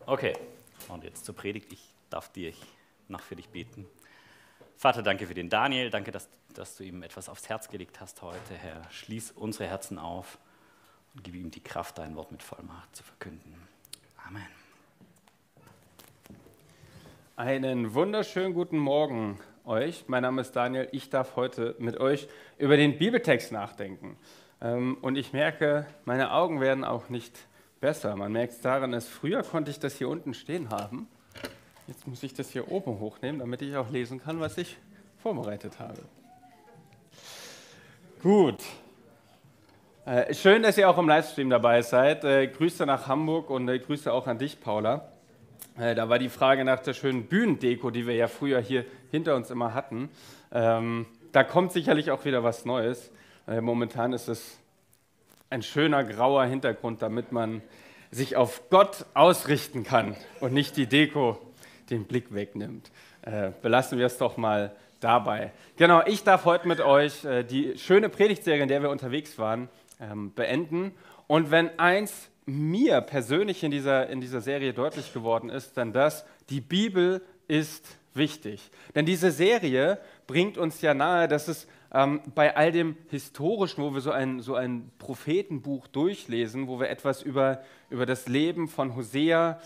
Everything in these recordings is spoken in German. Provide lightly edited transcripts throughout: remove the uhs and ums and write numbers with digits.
Okay, und jetzt zur Predigt. Ich darf noch für dich beten. Vater, danke für den Daniel. Danke, dass du ihm etwas aufs Herz gelegt hast heute. Herr, schließ unsere Herzen auf und gib ihm die Kraft, dein Wort mit Vollmacht zu verkünden. Amen. Einen wunderschönen guten Morgen euch. Mein Name ist Daniel. Ich darf heute mit euch über den Bibeltext nachdenken. Und ich merke, meine Augen werden auch nicht besser. Man merkt es daran, dass früher konnte ich das hier unten stehen haben. Jetzt muss ich das hier oben hochnehmen, damit ich auch lesen kann, was ich vorbereitet habe. Gut. Schön, dass ihr auch im Livestream dabei seid. Grüße nach Hamburg und Grüße auch an dich, Paula. Da war die Frage nach der schönen Bühnendeko, die wir ja früher hier hinter uns immer hatten. Da kommt sicherlich auch wieder was Neues. Momentan ist es ein schöner grauer Hintergrund, damit man sich auf Gott ausrichten kann und nicht die Deko den Blick wegnimmt. Belassen wir es doch mal dabei. Genau, ich darf heute mit euch die schöne Predigtserie, in der wir unterwegs waren, beenden. Und wenn eins mir persönlich in dieser Serie deutlich geworden ist, dann das: Die Bibel ist wichtig. Denn diese Serie bringt uns ja nahe, dass es bei all dem Historischen, wo wir so ein Prophetenbuch durchlesen, wo wir etwas über das Leben von Hosea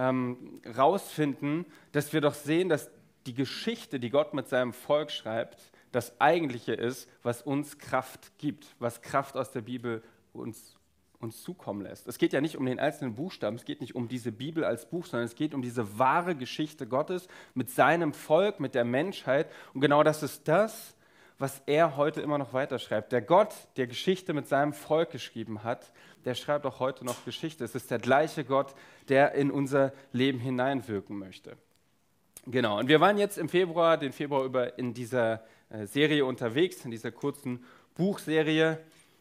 rausfinden, dass wir doch sehen, dass die Geschichte, die Gott mit seinem Volk schreibt, das Eigentliche ist, was uns Kraft gibt, was Kraft aus der Bibel uns zukommen lässt. Es geht ja nicht um den einzelnen Buchstaben, es geht nicht um diese Bibel als Buch, sondern es geht um diese wahre Geschichte Gottes mit seinem Volk, mit der Menschheit. Und genau das ist das, was er heute immer noch weiterschreibt. Der Gott, der Geschichte mit seinem Volk geschrieben hat, der schreibt auch heute noch Geschichte. Es ist der gleiche Gott, der in unser Leben hineinwirken möchte. Genau, und wir waren jetzt den Februar über in dieser Serie unterwegs, in dieser kurzen Buchserie.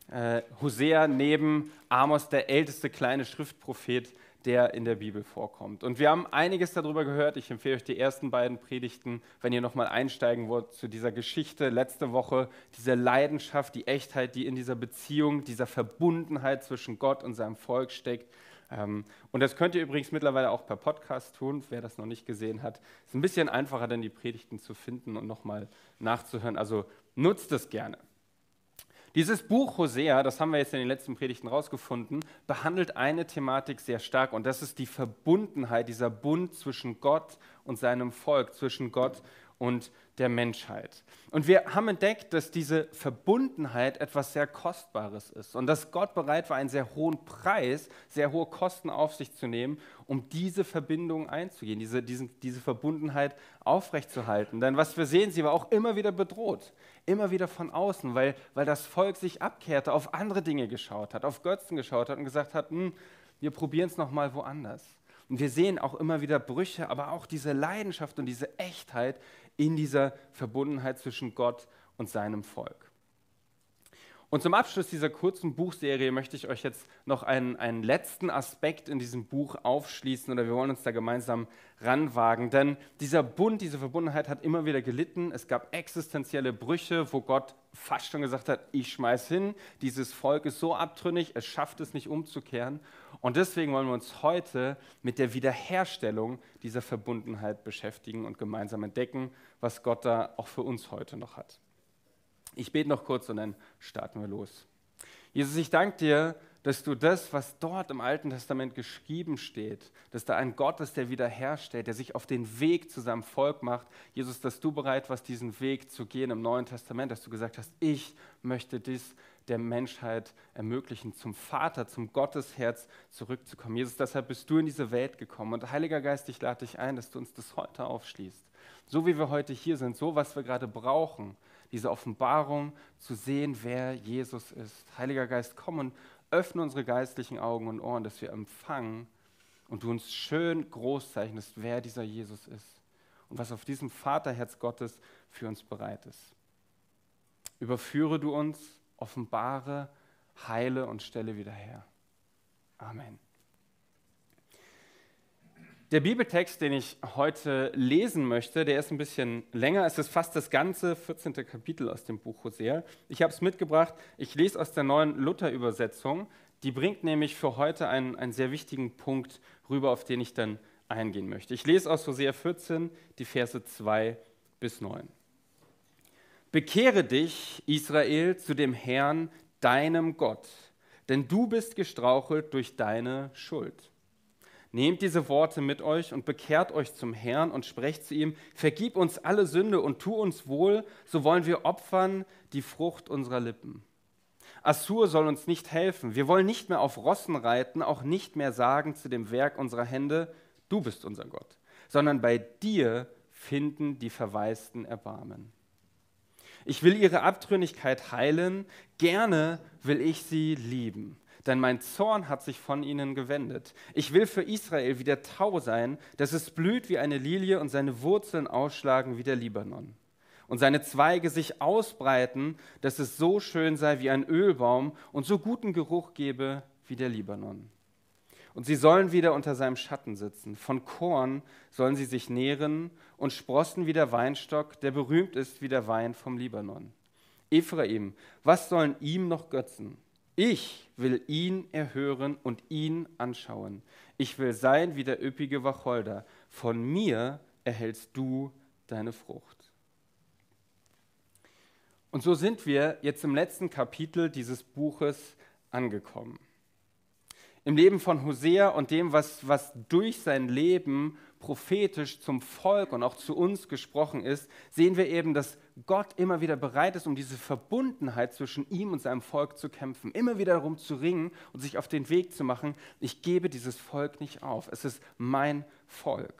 Hosea neben Amos, der älteste kleine Schriftprophet, der in der Bibel vorkommt. Und wir haben einiges darüber gehört. Ich empfehle euch die ersten beiden Predigten, wenn ihr nochmal einsteigen wollt zu dieser Geschichte. Letzte Woche diese Leidenschaft, die Echtheit, die in dieser Beziehung, dieser Verbundenheit zwischen Gott und seinem Volk steckt. Und das könnt ihr übrigens mittlerweile auch per Podcast tun, wer das noch nicht gesehen hat. Es ist ein bisschen einfacher, dann die Predigten zu finden und nochmal nachzuhören. Also nutzt es gerne. Dieses Buch Hosea, das haben wir jetzt in den letzten Predigten rausgefunden, behandelt eine Thematik sehr stark, und das ist die Verbundenheit, dieser Bund zwischen Gott und seinem Volk, zwischen Gott und der Menschheit. Und wir haben entdeckt, dass diese Verbundenheit etwas sehr Kostbares ist und dass Gott bereit war, einen sehr hohen Preis, sehr hohe Kosten auf sich zu nehmen, um diese Verbindung einzugehen, diese Verbundenheit aufrechtzuerhalten. Denn was wir sehen, sie war auch immer wieder bedroht, immer wieder von außen, weil das Volk sich abkehrte, auf andere Dinge geschaut hat, auf Götzen geschaut hat und gesagt hat, wir probieren es nochmal woanders. Und wir sehen auch immer wieder Brüche, aber auch diese Leidenschaft und diese Echtheit in dieser Verbundenheit zwischen Gott und seinem Volk. Und zum Abschluss dieser kurzen Buchserie möchte ich euch jetzt noch einen letzten Aspekt in diesem Buch aufschließen, oder wir wollen uns da gemeinsam ranwagen. Denn dieser Bund, diese Verbundenheit hat immer wieder gelitten. Es gab existenzielle Brüche, wo Gott fast schon gesagt hat, ich schmeiß hin, dieses Volk ist so abtrünnig, es schafft es nicht umzukehren. Und deswegen wollen wir uns heute mit der Wiederherstellung dieser Verbundenheit beschäftigen und gemeinsam entdecken, was Gott da auch für uns heute noch hat. Ich bete noch kurz und dann starten wir los. Jesus, ich danke dir, dass du das, was dort im Alten Testament geschrieben steht, dass da ein Gott ist, der wiederherstellt, der sich auf den Weg zu seinem Volk macht. Jesus, dass du bereit warst, diesen Weg zu gehen im Neuen Testament, dass du gesagt hast, ich möchte dies der Menschheit ermöglichen, zum Vater, zum Gottesherz zurückzukommen. Jesus, deshalb bist du in diese Welt gekommen. Und Heiliger Geist, ich lade dich ein, dass du uns das heute aufschließt. So wie wir heute hier sind, so was wir gerade brauchen, diese Offenbarung zu sehen, wer Jesus ist. Heiliger Geist, komm und öffne unsere geistlichen Augen und Ohren, dass wir empfangen und du uns schön groß zeichnest, wer dieser Jesus ist und was auf diesem Vaterherz Gottes für uns bereit ist. Überführe du uns, offenbare, heile und stelle wieder her. Amen. Der Bibeltext, den ich heute lesen möchte, der ist ein bisschen länger. Es ist fast das ganze 14. Kapitel aus dem Buch Hosea. Ich habe es mitgebracht. Ich lese aus der neuen Luther-Übersetzung. Die bringt nämlich für heute einen sehr wichtigen Punkt rüber, auf den ich dann eingehen möchte. Ich lese aus Hosea 14 die Verse 2 bis 9. Bekehre dich, Israel, zu dem Herrn, deinem Gott, denn du bist gestrauchelt durch deine Schuld. Nehmt diese Worte mit euch und bekehrt euch zum Herrn und sprecht zu ihm, vergib uns alle Sünde und tu uns wohl, so wollen wir opfern die Frucht unserer Lippen. Assur soll uns nicht helfen, wir wollen nicht mehr auf Rossen reiten, auch nicht mehr sagen zu dem Werk unserer Hände, du bist unser Gott, sondern bei dir finden die Verwaisten Erbarmen. Ich will ihre Abtrünnigkeit heilen, gerne will ich sie lieben, denn mein Zorn hat sich von ihnen gewendet. Ich will für Israel wie der Tau sein, dass es blüht wie eine Lilie und seine Wurzeln ausschlagen wie der Libanon. Und seine Zweige sich ausbreiten, dass es so schön sei wie ein Ölbaum und so guten Geruch gebe wie der Libanon. Und sie sollen wieder unter seinem Schatten sitzen. Von Korn sollen sie sich nähren und sprossen wie der Weinstock, der berühmt ist wie der Wein vom Libanon. Ephraim, was sollen ihm noch Götzen? Ich will ihn erhören und ihn anschauen. Ich will sein wie der üppige Wacholder. Von mir erhältst du deine Frucht. Und so sind wir jetzt im letzten Kapitel dieses Buches angekommen. Im Leben von Hosea und dem, was durch sein Leben prophetisch zum Volk und auch zu uns gesprochen ist, sehen wir eben, dass Gott immer wieder bereit ist, um diese Verbundenheit zwischen ihm und seinem Volk zu kämpfen, immer wieder darum zu ringen und sich auf den Weg zu machen, ich gebe dieses Volk nicht auf, es ist mein Volk.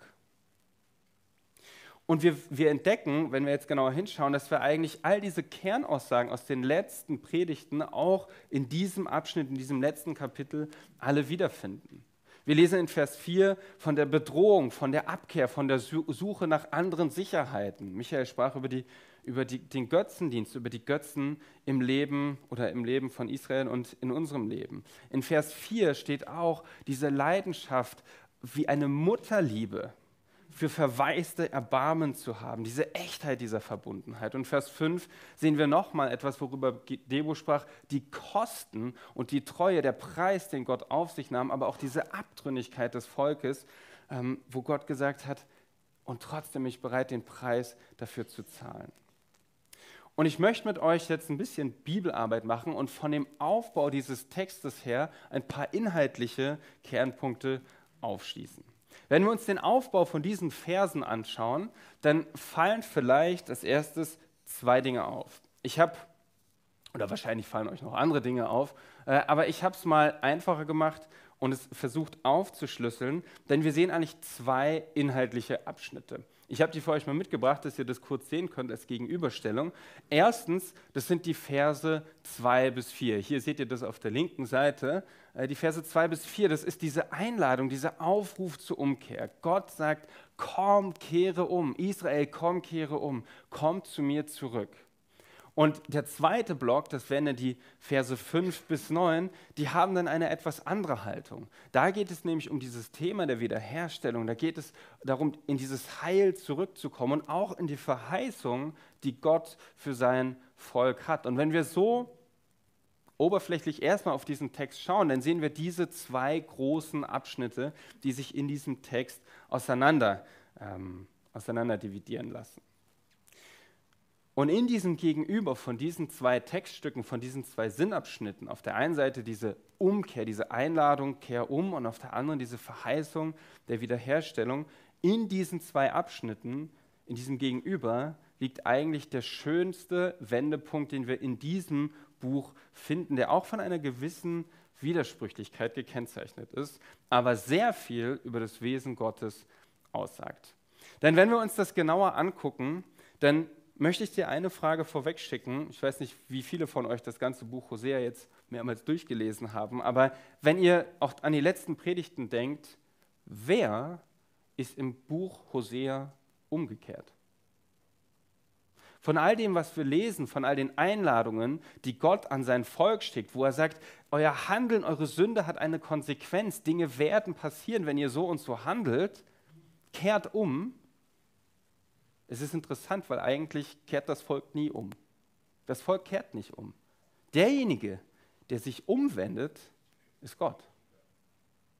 Und wir entdecken, wenn wir jetzt genauer hinschauen, dass wir eigentlich all diese Kernaussagen aus den letzten Predigten auch in diesem Abschnitt, in diesem letzten Kapitel alle wiederfinden. Wir lesen in Vers 4 von der Bedrohung, von der Abkehr, von der Suche nach anderen Sicherheiten. Michael sprach über den Götzendienst, über die Götzen im Leben oder im Leben von Israel und in unserem Leben. In Vers 4 steht auch diese Leidenschaft wie eine Mutterliebe für Verwaiste Erbarmen zu haben, diese Echtheit dieser Verbundenheit. Und Vers 5 sehen wir nochmal etwas, worüber Debo sprach, die Kosten und die Treue, der Preis, den Gott auf sich nahm, aber auch diese Abtrünnigkeit des Volkes, wo Gott gesagt hat, und trotzdem bin ich bereit, den Preis dafür zu zahlen. Und ich möchte mit euch jetzt ein bisschen Bibelarbeit machen und von dem Aufbau dieses Textes her ein paar inhaltliche Kernpunkte aufschließen. Wenn wir uns den Aufbau von diesen Versen anschauen, dann fallen vielleicht als erstes zwei Dinge auf. Oder wahrscheinlich fallen euch noch andere Dinge auf, aber ich habe es mal einfacher gemacht und es versucht aufzuschlüsseln, denn wir sehen eigentlich zwei inhaltliche Abschnitte. Ich habe die für euch mal mitgebracht, dass ihr das kurz sehen könnt als Gegenüberstellung. Erstens, das sind die Verse 2 bis 4. Hier seht ihr das auf der linken Seite. Die Verse 2 bis 4, das ist diese Einladung, dieser Aufruf zur Umkehr. Gott sagt, komm, kehre um. Israel, komm, kehre um. Komm zu mir zurück. Und der zweite Block, das wären dann die Verse 5 bis 9, die haben dann eine etwas andere Haltung. Da geht es nämlich um dieses Thema der Wiederherstellung, da geht es darum, in dieses Heil zurückzukommen und auch in die Verheißung, die Gott für sein Volk hat. Und wenn wir so oberflächlich erstmal auf diesen Text schauen, dann sehen wir diese zwei großen Abschnitte, die sich in diesem Text auseinander dividieren lassen. Und in diesem Gegenüber von diesen zwei Textstücken, von diesen zwei Sinnabschnitten, auf der einen Seite diese Umkehr, diese Einladung, kehr um, und auf der anderen diese Verheißung der Wiederherstellung, in diesen zwei Abschnitten, in diesem Gegenüber, liegt eigentlich der schönste Wendepunkt, den wir in diesem Buch finden, der auch von einer gewissen Widersprüchlichkeit gekennzeichnet ist, aber sehr viel über das Wesen Gottes aussagt. Denn wenn wir uns das genauer angucken, dann möchte ich dir eine Frage vorweg schicken. Ich weiß nicht, wie viele von euch das ganze Buch Hosea jetzt mehrmals durchgelesen haben, aber wenn ihr auch an die letzten Predigten denkt, wer ist im Buch Hosea umgekehrt? Von all dem, was wir lesen, von all den Einladungen, die Gott an sein Volk schickt, wo er sagt, euer Handeln, eure Sünde hat eine Konsequenz, Dinge werden passieren, wenn ihr so und so handelt, kehrt um. Es ist interessant, weil eigentlich kehrt das Volk nie um. Das Volk kehrt nicht um. Derjenige, der sich umwendet, ist Gott.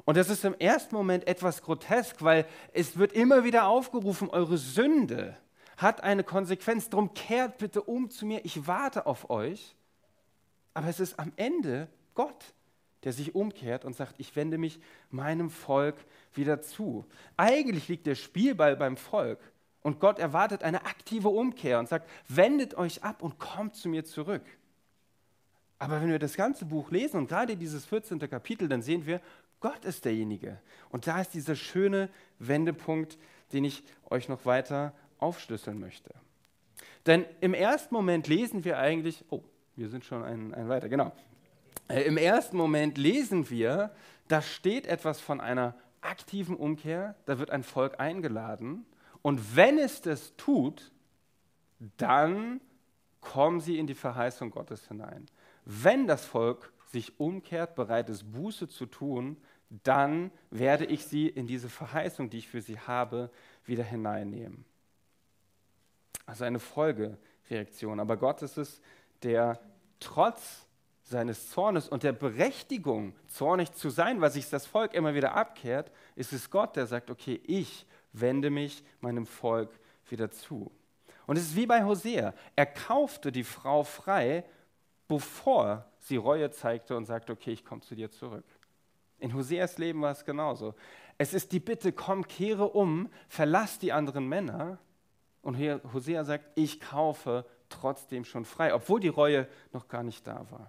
Und das ist im ersten Moment etwas grotesk, weil es wird immer wieder aufgerufen, eure Sünde hat eine Konsequenz. Drum kehrt bitte um zu mir, ich warte auf euch. Aber es ist am Ende Gott, der sich umkehrt und sagt, ich wende mich meinem Volk wieder zu. Eigentlich liegt der Spielball beim Volk und Gott erwartet eine aktive Umkehr und sagt, wendet euch ab und kommt zu mir zurück. Aber wenn wir das ganze Buch lesen und gerade dieses 14. Kapitel, dann sehen wir, Gott ist derjenige. Und da ist dieser schöne Wendepunkt, den ich euch noch weiter aufschlüsseln möchte. Denn im ersten Moment lesen wir eigentlich, wir sind schon ein weiter, genau. Im ersten Moment lesen wir, da steht etwas von einer aktiven Umkehr, da wird ein Volk eingeladen und wenn es das tut, dann kommen sie in die Verheißung Gottes hinein. Wenn das Volk sich umkehrt, bereit ist, Buße zu tun, dann werde ich sie in diese Verheißung, die ich für sie habe, wieder hineinnehmen. Also eine Folgereaktion. Aber Gott ist es, der trotz seines Zornes und der Berechtigung, zornig zu sein, weil sich das Volk immer wieder abkehrt, ist es Gott, der sagt, okay, ich wende mich meinem Volk wieder zu. Und es ist wie bei Hosea. Er kaufte die Frau frei, bevor sie Reue zeigte und sagte, okay, ich komme zu dir zurück. In Hoseas Leben war es genauso. Es ist die Bitte, komm, kehre um, verlass die anderen Männer. Und Hosea sagt, ich kaufe trotzdem schon frei, obwohl die Reue noch gar nicht da war.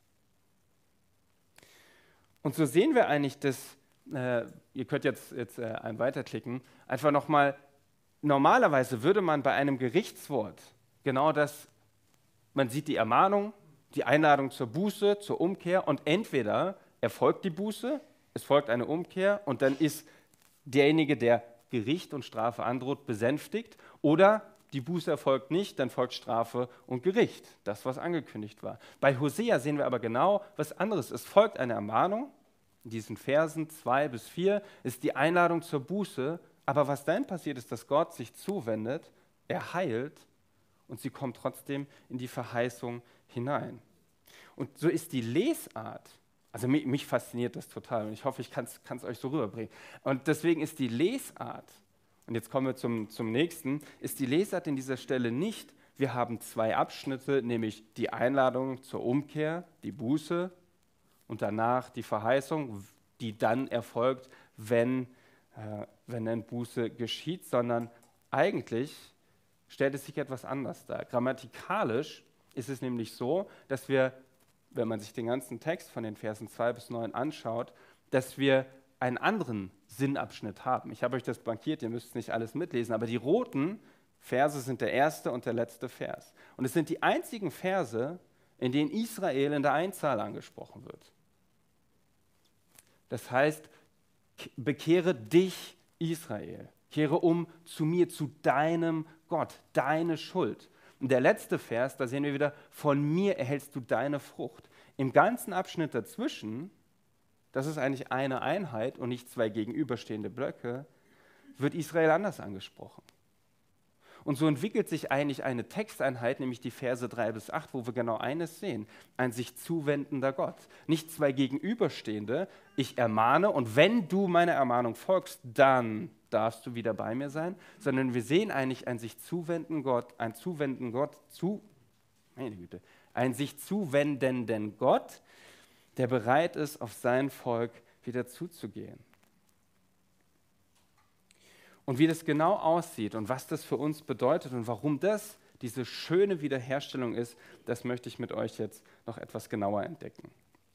Und so sehen wir eigentlich, dass, ihr könnt jetzt weiterklicken, einfach nochmal, normalerweise würde man bei einem Gerichtswort genau das, man sieht die Ermahnung, die Einladung zur Buße, zur Umkehr und entweder erfolgt die Buße, es folgt eine Umkehr und dann ist derjenige, der Gericht und Strafe androht, besänftigt oder die Buße erfolgt nicht, dann folgt Strafe und Gericht, das, was angekündigt war. Bei Hosea sehen wir aber genau was anderes. Es folgt eine Ermahnung, in diesen Versen 2-4 ist die Einladung zur Buße, aber was dann passiert ist, dass Gott sich zuwendet, er heilt und sie kommt trotzdem in die Verheißung hinein. Und so ist die Lesart, also mich fasziniert das total und ich hoffe, ich kann es euch so rüberbringen. Und deswegen ist die Lesart, und jetzt kommen wir zum nächsten, ist die Lesart in dieser Stelle nicht, wir haben 2 Abschnitte, nämlich die Einladung zur Umkehr, die Buße und danach die Verheißung, die dann erfolgt, wenn dann Buße geschieht, sondern eigentlich stellt es sich etwas anders dar. Grammatikalisch ist es nämlich so, dass wir, wenn man sich den ganzen Text von den Versen 2-9 anschaut, dass wir einen anderen Sinnabschnitt haben. Ich habe euch das markiert, ihr müsst nicht alles mitlesen, aber die roten Verse sind der erste und der letzte Vers. Und es sind die einzigen Verse, in denen Israel in der Einzahl angesprochen wird. Das heißt, bekehre dich, Israel. Kehre um zu mir, zu deinem Gott, deine Schuld. Und der letzte Vers, da sehen wir wieder, von mir erhältst du deine Frucht. Im ganzen Abschnitt dazwischen, das ist eigentlich eine Einheit und nicht 2 gegenüberstehende Blöcke, wird Israel anders angesprochen. Und so entwickelt sich eigentlich eine Texteinheit, nämlich die Verse 3-8, wo wir genau eines sehen, ein sich zuwendender Gott. Nicht 2 gegenüberstehende, ich ermahne und wenn du meiner Ermahnung folgst, dann darfst du wieder bei mir sein, sondern wir sehen eigentlich ein sich zuwendenden Gott, ein sich zuwendenden Gott, der bereit ist, auf sein Volk wieder zuzugehen. Und wie das genau aussieht und was das für uns bedeutet und warum das diese schöne Wiederherstellung ist, das möchte ich mit euch jetzt noch etwas genauer entdecken.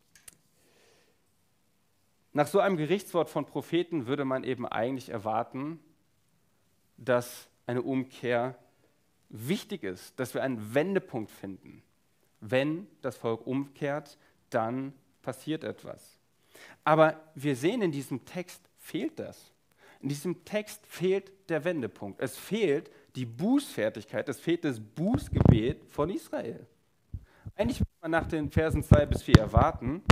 Nach so einem Gerichtswort von Propheten würde man eben eigentlich erwarten, dass eine Umkehr wichtig ist, dass wir einen Wendepunkt finden. Wenn das Volk umkehrt, dann passiert etwas. Aber wir sehen, in diesem Text fehlt das. In diesem Text fehlt der Wendepunkt. Es fehlt die Bußfertigkeit, es fehlt das Bußgebet von Israel. Eigentlich würde man nach den Versen 2-4 erwarten,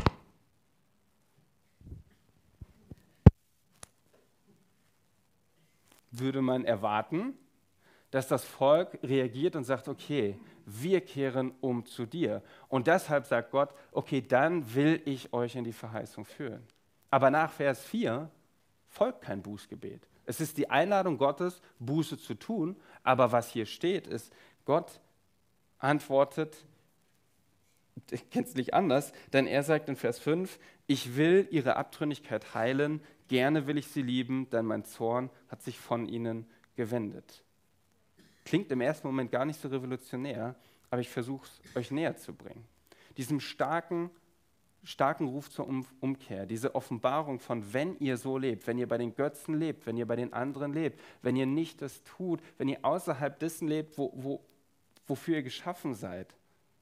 dass das Volk reagiert und sagt, okay, wir kehren um zu dir. Und deshalb sagt Gott, okay, dann will ich euch in die Verheißung führen. Aber nach Vers 4 folgt kein Bußgebet. Es ist die Einladung Gottes, Buße zu tun, aber was hier steht, ist, Gott antwortet, ich kenne es nicht anders, denn er sagt in Vers 5, ich will ihre Abtrünnigkeit heilen, gerne will ich sie lieben, denn mein Zorn hat sich von ihnen gewendet. Klingt im ersten Moment gar nicht so revolutionär, aber ich versuche es euch näher zu bringen. Diesem starken Ruf zur Umkehr, diese Offenbarung von, wenn ihr so lebt, wenn ihr bei den Götzen lebt, wenn ihr bei den anderen lebt, wenn ihr nicht das tut, wenn ihr außerhalb dessen lebt, wofür ihr geschaffen seid,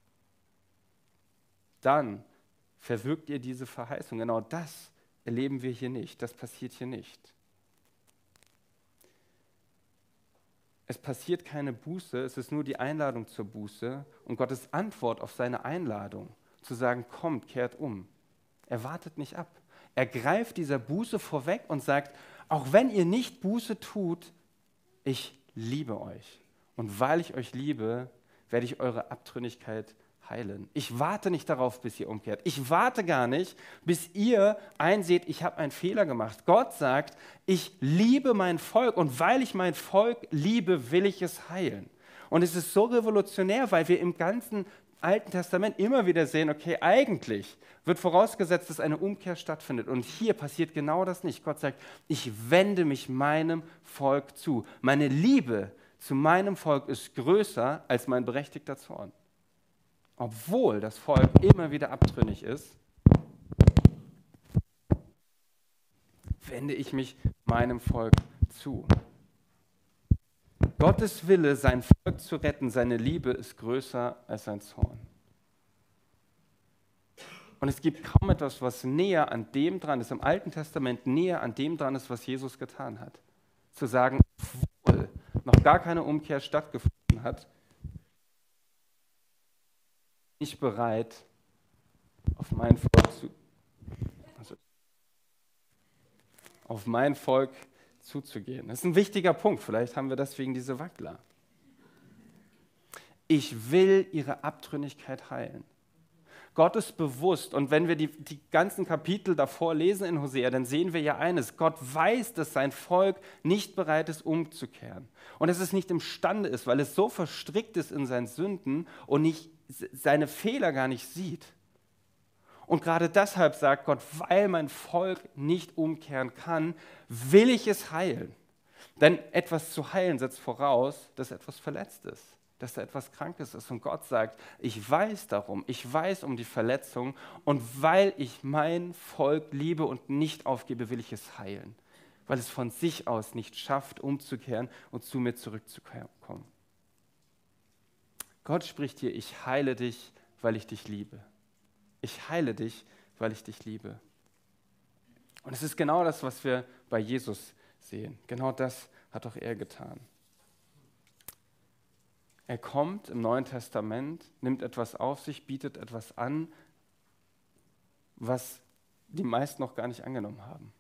dann verwirkt ihr diese Verheißung. Genau das erleben wir hier nicht, das passiert hier nicht. Es passiert keine Buße, es ist nur die Einladung zur Buße und Gottes Antwort auf seine Einladung, zu sagen, kommt, kehrt um. Er wartet nicht ab. Er greift dieser Buße vorweg und sagt, auch wenn ihr nicht Buße tut, ich liebe euch. Und weil ich euch liebe, werde ich eure Abtrünnigkeit heilen. Ich warte nicht darauf, bis ihr umkehrt. Ich warte gar nicht, bis ihr einseht, ich habe einen Fehler gemacht. Gott sagt, ich liebe mein Volk und weil ich mein Volk liebe, will ich es heilen. Und es ist so revolutionär, weil wir im ganzen Alten Testament immer wieder sehen, okay, eigentlich wird vorausgesetzt, dass eine Umkehr stattfindet. Und hier passiert genau das nicht. Gott sagt, ich wende mich meinem Volk zu. Meine Liebe zu meinem Volk ist größer als mein berechtigter Zorn. Obwohl das Volk immer wieder abtrünnig ist, wende ich mich meinem Volk zu. Gottes Wille, sein Volk zu retten, seine Liebe ist größer als sein Zorn. Und es gibt kaum etwas, was näher an dem dran ist, im Alten Testament näher an dem dran ist, was Jesus getan hat. Zu sagen, obwohl noch gar keine Umkehr stattgefunden hat, nicht bereit, auf mein Volk zuzugehen. Das ist ein wichtiger Punkt. Vielleicht haben wir deswegen diese Wackler. Ich will ihre Abtrünnigkeit heilen. Gott ist bewusst, und wenn wir die ganzen Kapitel davor lesen in Hosea, dann sehen wir ja eines, Gott weiß, dass sein Volk nicht bereit ist, umzukehren. Und dass es nicht imstande ist, weil es so verstrickt ist in seinen Sünden und seine Fehler gar nicht sieht. Und gerade deshalb sagt Gott, weil mein Volk nicht umkehren kann, will ich es heilen. Denn etwas zu heilen setzt voraus, dass etwas verletzt ist, dass da etwas Krankes ist. Und Gott sagt, ich weiß darum, ich weiß um die Verletzung und weil ich mein Volk liebe und nicht aufgebe, will ich es heilen. Weil es von sich aus nicht schafft, umzukehren und zu mir zurückzukommen. Gott spricht hier, ich heile dich, weil ich dich liebe. Ich heile dich, weil ich dich liebe. Und es ist genau das, was wir bei Jesus sehen. Genau das hat auch er getan. Er kommt im Neuen Testament, nimmt etwas auf sich, bietet etwas an, was die meisten noch gar nicht angenommen haben.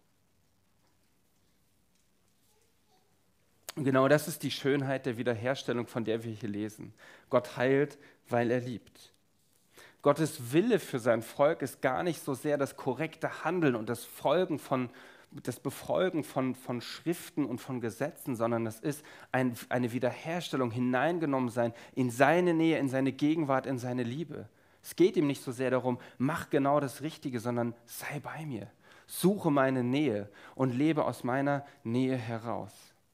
Und genau das ist die Schönheit der Wiederherstellung, von der wir hier lesen. Gott heilt, weil er liebt. Gottes Wille für sein Volk ist gar nicht so sehr das korrekte Handeln und das Befolgen von Schriften und von Gesetzen, sondern es ist eine Wiederherstellung, hineingenommen sein in seine Nähe, in seine Gegenwart, in seine Liebe. Es geht ihm nicht so sehr darum, mach genau das Richtige, sondern sei bei mir, suche meine Nähe und lebe aus meiner Nähe heraus.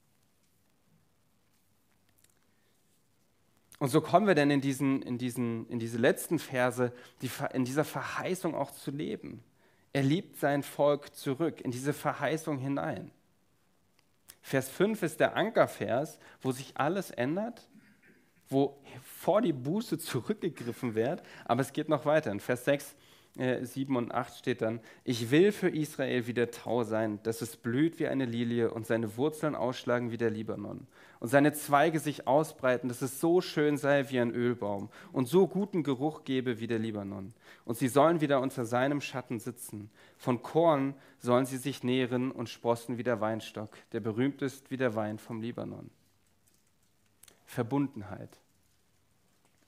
Und so kommen wir denn in diese letzten Verse, in dieser Verheißung auch zu leben. Er liebt sein Volk zurück, in diese Verheißung hinein. Vers 5 ist der Ankervers, wo sich alles ändert, wo vor die Buße zurückgegriffen wird, aber es geht noch weiter. In Vers 6, 7 und 8 steht dann, ich will für Israel wie der Tau sein, dass es blüht wie eine Lilie und seine Wurzeln ausschlagen wie der Libanon und seine Zweige sich ausbreiten, dass es so schön sei wie ein Ölbaum und so guten Geruch gebe wie der Libanon. Und sie sollen wieder unter seinem Schatten sitzen. Von Korn sollen sie sich nähren und sprossen wie der Weinstock, der berühmt ist wie der Wein vom Libanon. Verbundenheit.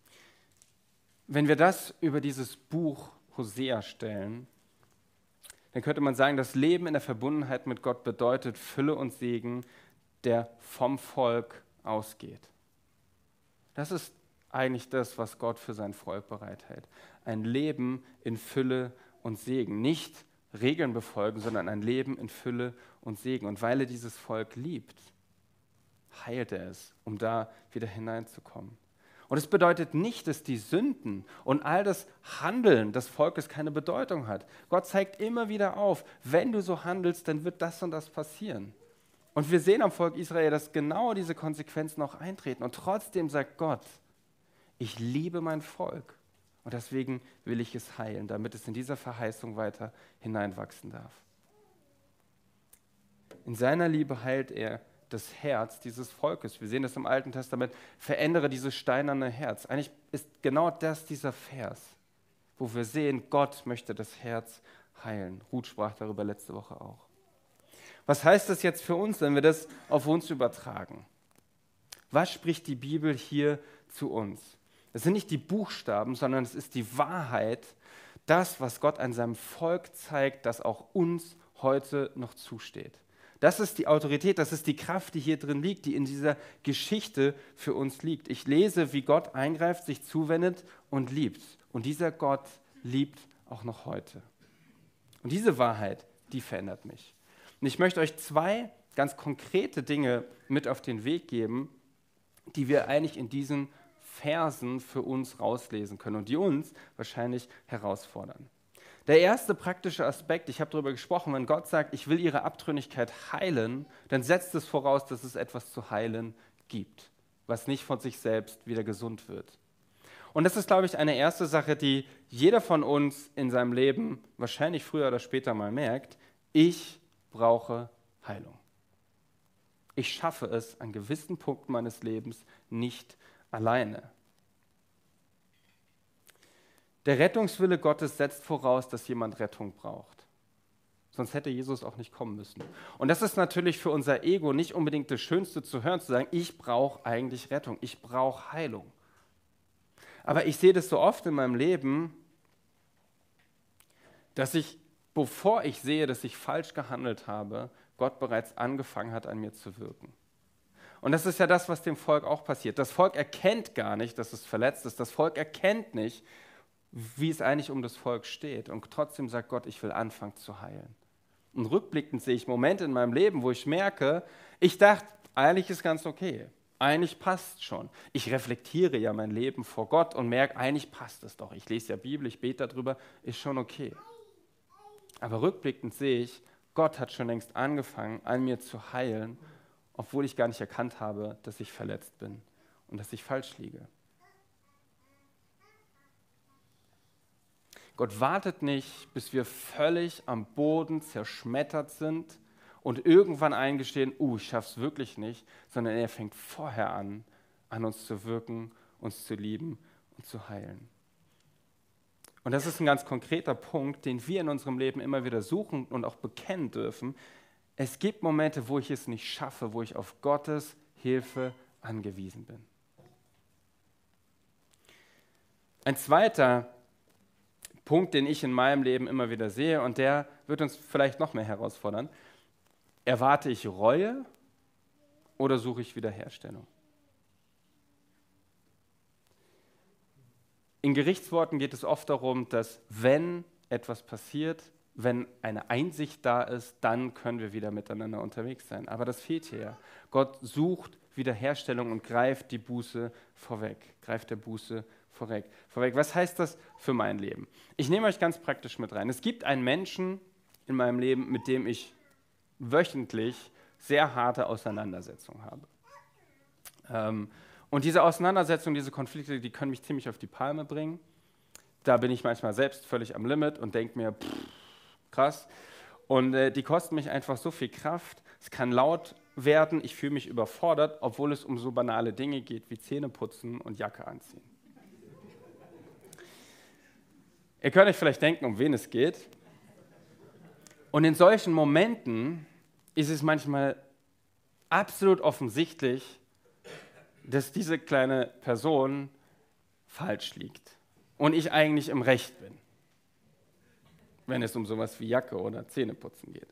Wenn wir das über dieses Buch Hosea stellen, dann könnte man sagen, das Leben in der Verbundenheit mit Gott bedeutet Fülle und Segen, der vom Volk ausgeht. Das ist eigentlich das, was Gott für sein Volk bereithält. Ein Leben in Fülle und Segen. Nicht Regeln befolgen, sondern ein Leben in Fülle und Segen. Und weil er dieses Volk liebt, heilt er es, um da wieder hineinzukommen. Und es bedeutet nicht, dass die Sünden und all das Handeln des Volkes keine Bedeutung hat. Gott zeigt immer wieder auf, wenn du so handelst, dann wird das und das passieren. Und wir sehen am Volk Israel, dass genau diese Konsequenzen auch eintreten. Und trotzdem sagt Gott, ich liebe mein Volk und deswegen will ich es heilen, damit es in dieser Verheißung weiter hineinwachsen darf. In seiner Liebe heilt er das Herz dieses Volkes. Wir sehen das im Alten Testament, verändere dieses steinerne Herz. Eigentlich ist genau das dieser Vers, wo wir sehen, Gott möchte das Herz heilen. Ruth sprach darüber letzte Woche auch. Was heißt das jetzt für uns, wenn wir das auf uns übertragen? Was spricht die Bibel hier zu uns? Es sind nicht die Buchstaben, sondern es ist die Wahrheit, das, was Gott an seinem Volk zeigt, das auch uns heute noch zusteht. Das ist die Autorität, das ist die Kraft, die hier drin liegt, die in dieser Geschichte für uns liegt. Ich lese, wie Gott eingreift, sich zuwendet und liebt. Und dieser Gott liebt auch noch heute. Und diese Wahrheit, die verändert mich. Und ich möchte euch 2 ganz konkrete Dinge mit auf den Weg geben, die wir eigentlich in diesen Versen für uns rauslesen können und die uns wahrscheinlich herausfordern. Der erste praktische Aspekt, ich habe darüber gesprochen, wenn Gott sagt, ich will ihre Abtrünnigkeit heilen, dann setzt es voraus, dass es etwas zu heilen gibt, was nicht von sich selbst wieder gesund wird. Und das ist, glaube ich, eine erste Sache, die jeder von uns in seinem Leben wahrscheinlich früher oder später mal merkt. Ich brauche Heilung. Ich schaffe es an gewissen Punkten meines Lebens nicht alleine. Der Rettungswille Gottes setzt voraus, dass jemand Rettung braucht. Sonst hätte Jesus auch nicht kommen müssen. Und das ist natürlich für unser Ego nicht unbedingt das Schönste zu hören, zu sagen, ich brauche eigentlich Rettung, ich brauche Heilung. Aber ich sehe das so oft in meinem Leben, dass ich, bevor ich sehe, dass ich falsch gehandelt habe, Gott bereits angefangen hat, an mir zu wirken. Und das ist ja das, was dem Volk auch passiert. Das Volk erkennt gar nicht, dass es verletzt ist. Das Volk erkennt nicht, wie es eigentlich um das Volk steht. Und trotzdem sagt Gott, ich will anfangen zu heilen. Und rückblickend sehe ich Momente in meinem Leben, wo ich merke, ich dachte, eigentlich ist ganz okay. Eigentlich passt schon. Ich reflektiere ja mein Leben vor Gott und merke, eigentlich passt es doch. Ich lese ja Bibel, ich bete darüber, ist schon okay. Aber rückblickend sehe ich, Gott hat schon längst angefangen, an mir zu heilen, obwohl ich gar nicht erkannt habe, dass ich verletzt bin und dass ich falsch liege. Gott wartet nicht, bis wir völlig am Boden zerschmettert sind und irgendwann eingestehen, ich schaff's wirklich nicht, sondern er fängt vorher an uns zu wirken, uns zu lieben und zu heilen. Und das ist ein ganz konkreter Punkt, den wir in unserem Leben immer wieder suchen und auch bekennen dürfen. Es gibt Momente, wo ich es nicht schaffe, wo ich auf Gottes Hilfe angewiesen bin. Ein zweiter Punkt, den ich in meinem Leben immer wieder sehe, und der wird uns vielleicht noch mehr herausfordern. Erwarte ich Reue oder suche ich Wiederherstellung? In Gerichtsworten geht es oft darum, dass wenn etwas passiert, wenn eine Einsicht da ist, dann können wir wieder miteinander unterwegs sein. Aber das fehlt hier. Gott sucht Wiederherstellung und greift die Buße vorweg, greift der Buße vorweg. Was heißt das für mein Leben? Ich nehme euch ganz praktisch mit rein. Es gibt einen Menschen in meinem Leben, mit dem ich wöchentlich sehr harte Auseinandersetzungen habe. Und diese Auseinandersetzungen, diese Konflikte, die können mich ziemlich auf die Palme bringen. Da bin ich manchmal selbst völlig am Limit und denke mir, krass. Und die kosten mich einfach so viel Kraft. Es kann laut werden, ich fühle mich überfordert, obwohl es um so banale Dinge geht wie Zähneputzen und Jacke anziehen. Ihr könnt euch vielleicht denken, um wen es geht. Und in solchen Momenten ist es manchmal absolut offensichtlich, dass diese kleine Person falsch liegt und ich eigentlich im Recht bin. wenn es um sowas wie Jacke oder Zähneputzen geht.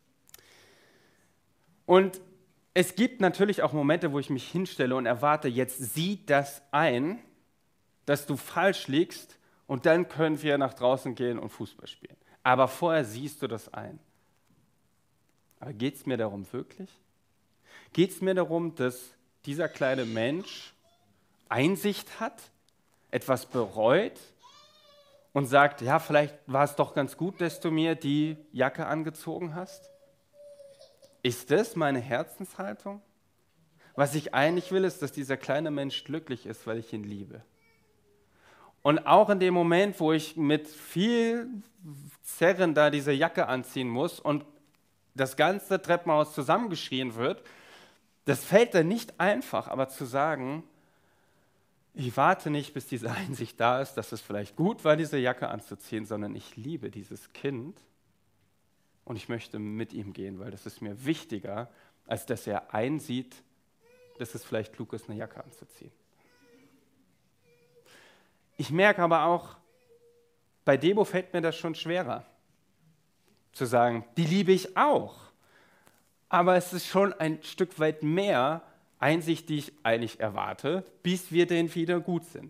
Und es gibt natürlich auch Momente, wo ich mich hinstelle und erwarte, jetzt sieh das ein, dass du falsch liegst und dann können wir nach draußen gehen und Fußball spielen. Aber vorher siehst du das ein. Aber geht es mir darum wirklich? Geht es mir darum, dass dieser kleine Mensch Einsicht hat, etwas bereut und sagt, ja, vielleicht war es doch ganz gut, dass du mir die Jacke angezogen hast? Ist das meine Herzenshaltung? Was ich eigentlich will, ist, dass dieser kleine Mensch glücklich ist, weil ich ihn liebe. Und auch in dem Moment, wo ich mit viel Zerren da diese Jacke anziehen muss und das ganze Treppenhaus zusammengeschrien wird, das fällt dann nicht einfach, aber zu sagen, ich warte nicht, bis diese Einsicht da ist, dass es vielleicht gut war, diese Jacke anzuziehen, sondern ich liebe dieses Kind und ich möchte mit ihm gehen, weil das ist mir wichtiger, als dass er einsieht, dass es vielleicht klug ist, eine Jacke anzuziehen. Ich merke aber auch, bei Debo fällt mir das schon schwerer, zu sagen, die liebe ich auch. Aber es ist schon ein Stück weit mehr Einsicht, die ich eigentlich erwarte, bis wir denn wieder gut sind.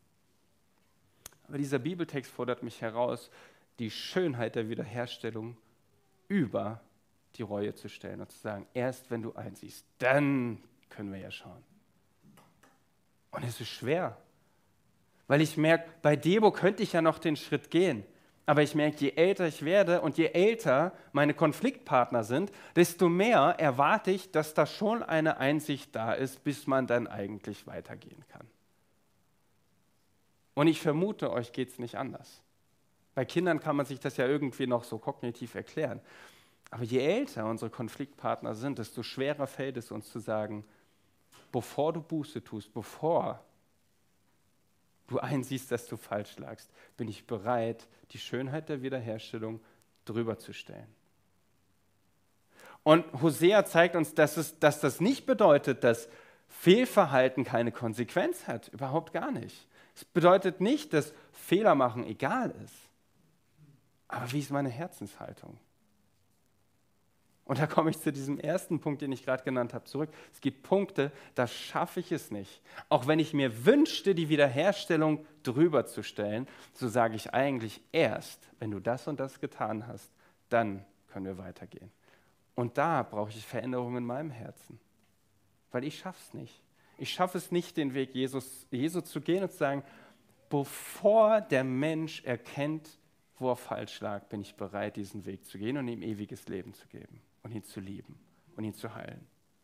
Aber dieser Bibeltext fordert mich heraus, die Schönheit der Wiederherstellung über die Reue zu stellen und zu sagen, erst wenn du einsiehst, dann können wir ja schauen. Und es ist schwer, weil ich merke, bei Debo könnte ich ja noch den Schritt gehen. Aber ich merke, je älter ich werde und je älter meine Konfliktpartner sind, desto mehr erwarte ich, dass da schon eine Einsicht da ist, bis man dann eigentlich weitergehen kann. Und ich vermute, euch geht es nicht anders. Bei Kindern kann man sich das ja irgendwie noch so kognitiv erklären. Aber je älter unsere Konfliktpartner sind, desto schwerer fällt es uns zu sagen, bevor du Buße tust, bevor du einsiehst, dass du falsch lagst, bin ich bereit, die Schönheit der Wiederherstellung drüber zu stellen. Und Hosea zeigt uns, dass das nicht bedeutet, dass Fehlverhalten keine Konsequenz hat. Überhaupt gar nicht. Es bedeutet nicht, dass Fehler machen egal ist. Aber wie ist meine Herzenshaltung? Und da komme ich zu diesem ersten Punkt, den ich gerade genannt habe, zurück. Es gibt Punkte, da schaffe ich es nicht. Auch wenn ich mir wünschte, die Wiederherstellung drüber zu stellen, so sage ich eigentlich erst, wenn du das und das getan hast, dann können wir weitergehen. Und da brauche ich Veränderungen in meinem Herzen, weil ich schaffe es nicht. Ich schaffe es nicht, den Weg Jesu zu gehen und zu sagen, bevor der Mensch erkennt, wo er falsch lag, bin ich bereit, diesen Weg zu gehen und ihm ewiges Leben zu geben und ihn zu lieben und ihn zu heilen.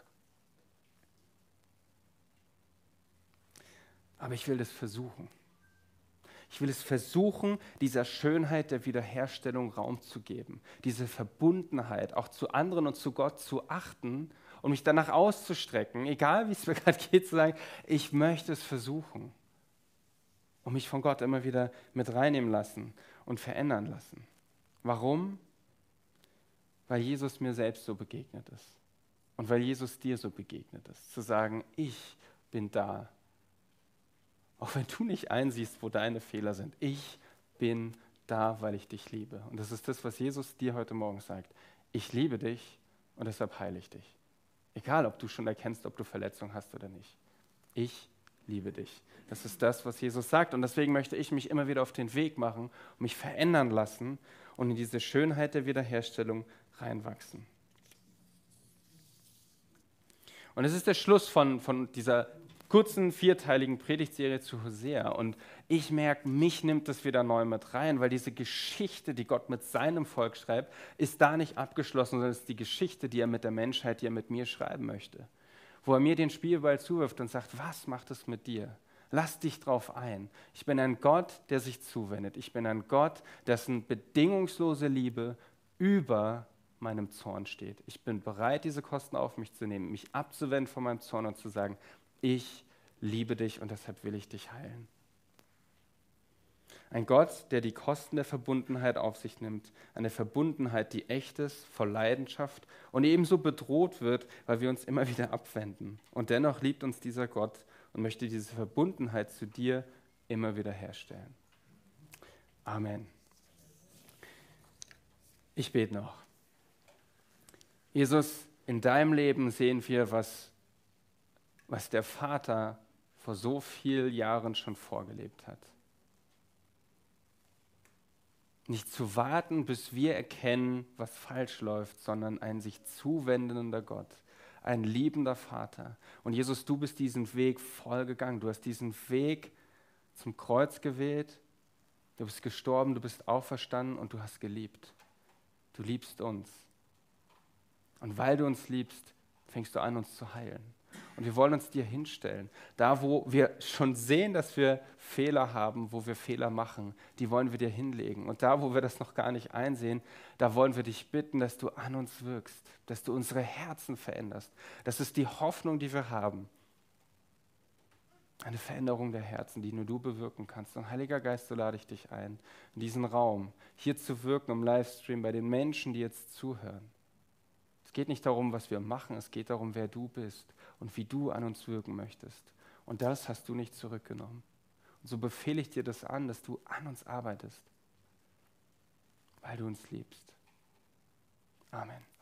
Aber ich will das versuchen. Ich will es versuchen, dieser Schönheit der Wiederherstellung Raum zu geben, diese Verbundenheit auch zu anderen und zu Gott zu achten und mich danach auszustrecken, egal wie es mir gerade geht, zu sagen, ich möchte es versuchen und mich von Gott immer wieder mit reinnehmen lassen und verändern lassen. Warum? Weil Jesus mir selbst so begegnet ist und weil Jesus dir so begegnet ist, zu sagen, ich bin da. Auch wenn du nicht einsiehst, wo deine Fehler sind. Ich bin da, weil ich dich liebe. Und das ist das, was Jesus dir heute Morgen sagt. Ich liebe dich und deshalb heile ich dich. Egal, ob du schon erkennst, ob du Verletzungen hast oder nicht. Ich liebe dich. Das ist das, was Jesus sagt. Und deswegen möchte ich mich immer wieder auf den Weg machen und mich verändern lassen und in diese Schönheit der Wiederherstellung reinwachsen. Und es ist der Schluss von dieser kurzen, vierteiligen Predigtserie zu Hosea. Und ich merke, mich nimmt das wieder neu mit rein, weil diese Geschichte, die Gott mit seinem Volk schreibt, ist da nicht abgeschlossen, sondern es ist die Geschichte, die er mit der Menschheit, die er mit mir schreiben möchte. Wo er mir den Spielball zuwirft und sagt, was macht es mit dir? Lass dich drauf ein. Ich bin ein Gott, der sich zuwendet. Ich bin ein Gott, dessen bedingungslose Liebe über meinem Zorn steht. Ich bin bereit, diese Kosten auf mich zu nehmen, mich abzuwenden von meinem Zorn und zu sagen, ich liebe dich und deshalb will ich dich heilen. Ein Gott, der die Kosten der Verbundenheit auf sich nimmt, eine Verbundenheit, die echt ist, voll Leidenschaft und ebenso bedroht wird, weil wir uns immer wieder abwenden. Und dennoch liebt uns dieser Gott und möchte diese Verbundenheit zu dir immer wieder herstellen. Amen. Ich bete noch. Jesus, in deinem Leben sehen wir, was der Vater vor so vielen Jahren schon vorgelebt hat. Nicht zu warten, bis wir erkennen, was falsch läuft, sondern ein sich zuwendender Gott, ein liebender Vater. Und Jesus, du bist diesen Weg voll gegangen. Du hast diesen Weg zum Kreuz gewählt. Du bist gestorben, du bist auferstanden und du hast geliebt. Du liebst uns. Und weil du uns liebst, fängst du an, uns zu heilen. Und wir wollen uns dir hinstellen. Da, wo wir schon sehen, dass wir Fehler haben, wo wir Fehler machen, die wollen wir dir hinlegen. Und da, wo wir das noch gar nicht einsehen, da wollen wir dich bitten, dass du an uns wirkst, dass du unsere Herzen veränderst. Das ist die Hoffnung, die wir haben. Eine Veränderung der Herzen, die nur du bewirken kannst. Und Heiliger Geist, so lade ich dich ein, in diesen Raum hier zu wirken im Livestream bei den Menschen, die jetzt zuhören. Es geht nicht darum, was wir machen, es geht darum, wer du bist und wie du an uns wirken möchtest. Und das hast du nicht zurückgenommen. Und so befehle ich dir das an, dass du an uns arbeitest, weil du uns liebst. Amen.